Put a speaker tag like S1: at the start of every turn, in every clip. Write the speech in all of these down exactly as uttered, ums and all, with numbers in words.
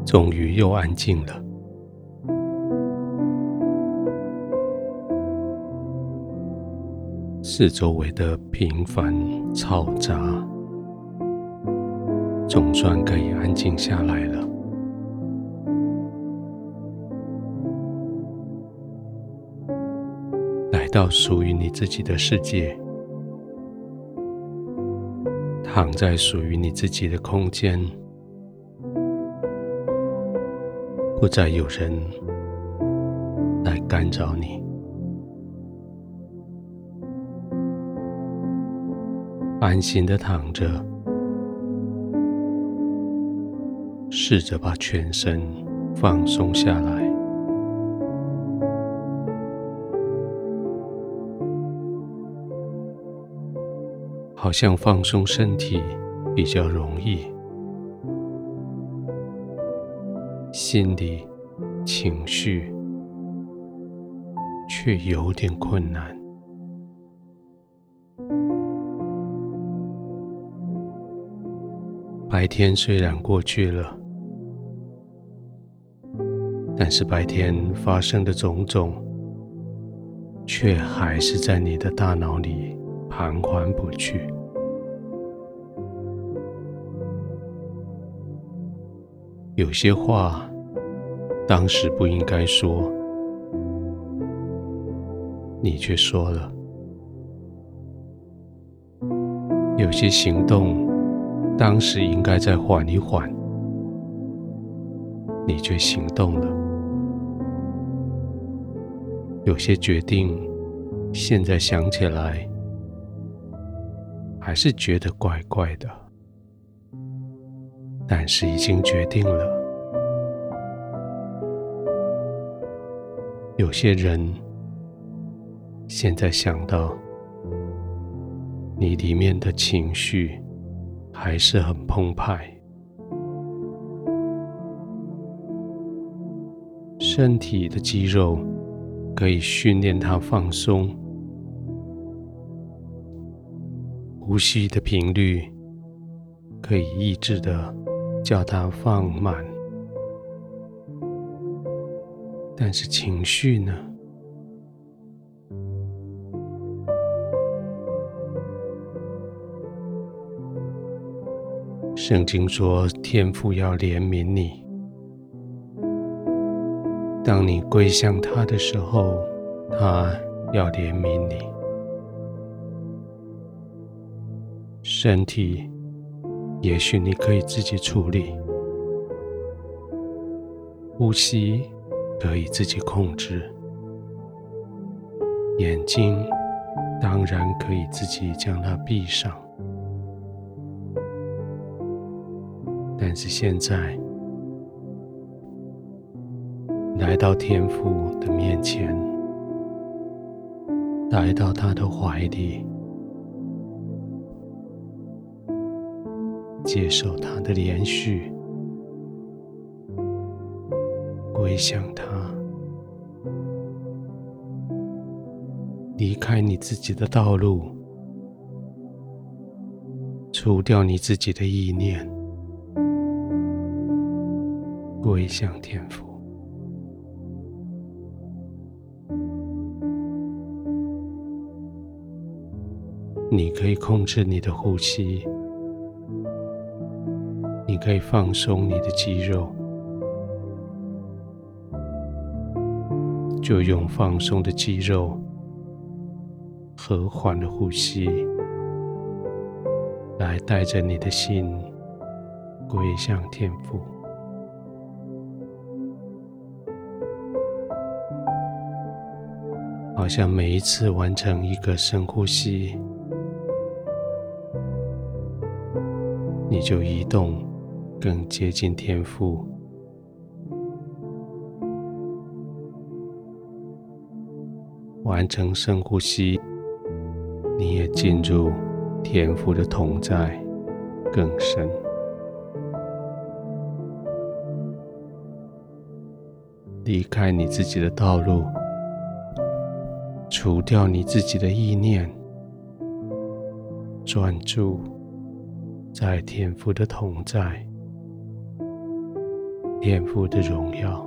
S1: 终于又安静了。四周围的平凡嘈杂，总算可以安静下来了。来到属于你自己的世界，躺在属于你自己的空间，不再有人来干扰你。安心地躺着，试着把全身放松下来。好像放松身体比较容易，心理情绪却有点困难。白天虽然过去了，但是白天发生的种种却还是在你的大脑里盘桓不去。有些话当时不应该说，你却说了；有些行动当时应该再缓一缓，你却行动了；有些决定现在想起来还是觉得怪怪的，但是已经决定了。有些人现在想到，你里面的情绪还是很澎湃，身体的肌肉可以训练它放松，呼吸的频率可以抑制的叫它放慢，但是情绪呢？圣经说，天父要怜悯你，当你归向他的时候，他要怜悯你。身体也许你可以自己处理，呼吸可以自己控制，眼睛当然可以自己将它闭上。但是现在来到天父的面前，来到他的怀里，接受他的连续，归向他，离开你自己的道路，除掉你自己的意念，归向天父。你可以控制你的呼吸，你可以放松你的肌肉，就用放松的肌肉，和缓的呼吸，来带着你的心归向天父。好像每一次完成一个深呼吸，你就移动更接近天父。完成深呼吸，你也进入天父的同在更深。离开你自己的道路，除掉你自己的意念，专注在天父的同在， 天父的荣耀，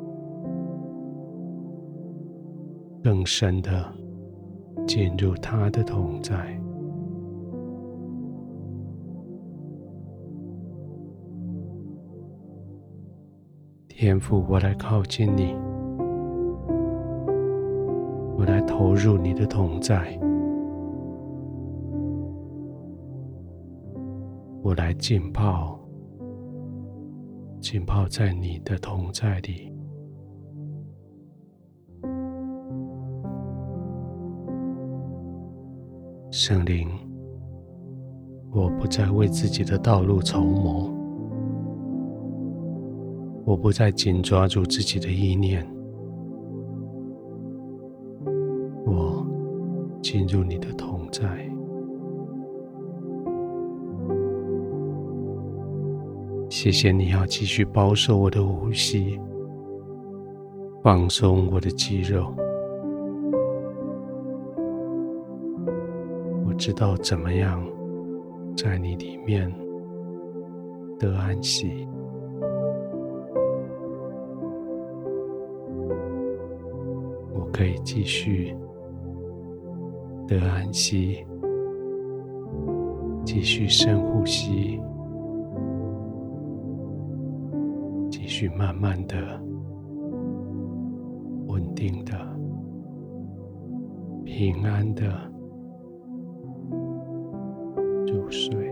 S1: 更深的进入他的同在。天父，我来靠近你，我来投入你的同在，我来浸泡，浸泡在你的同在里。圣灵，我不再为自己的道路筹谋，我不再紧抓住自己的意念，我进入你的同在。谢谢你要继续保守我的呼吸，放松我的肌肉。我知道怎么样在你里面得安息。我可以继续得安息，继续深呼吸，继续慢慢的、稳定的、平安的入睡。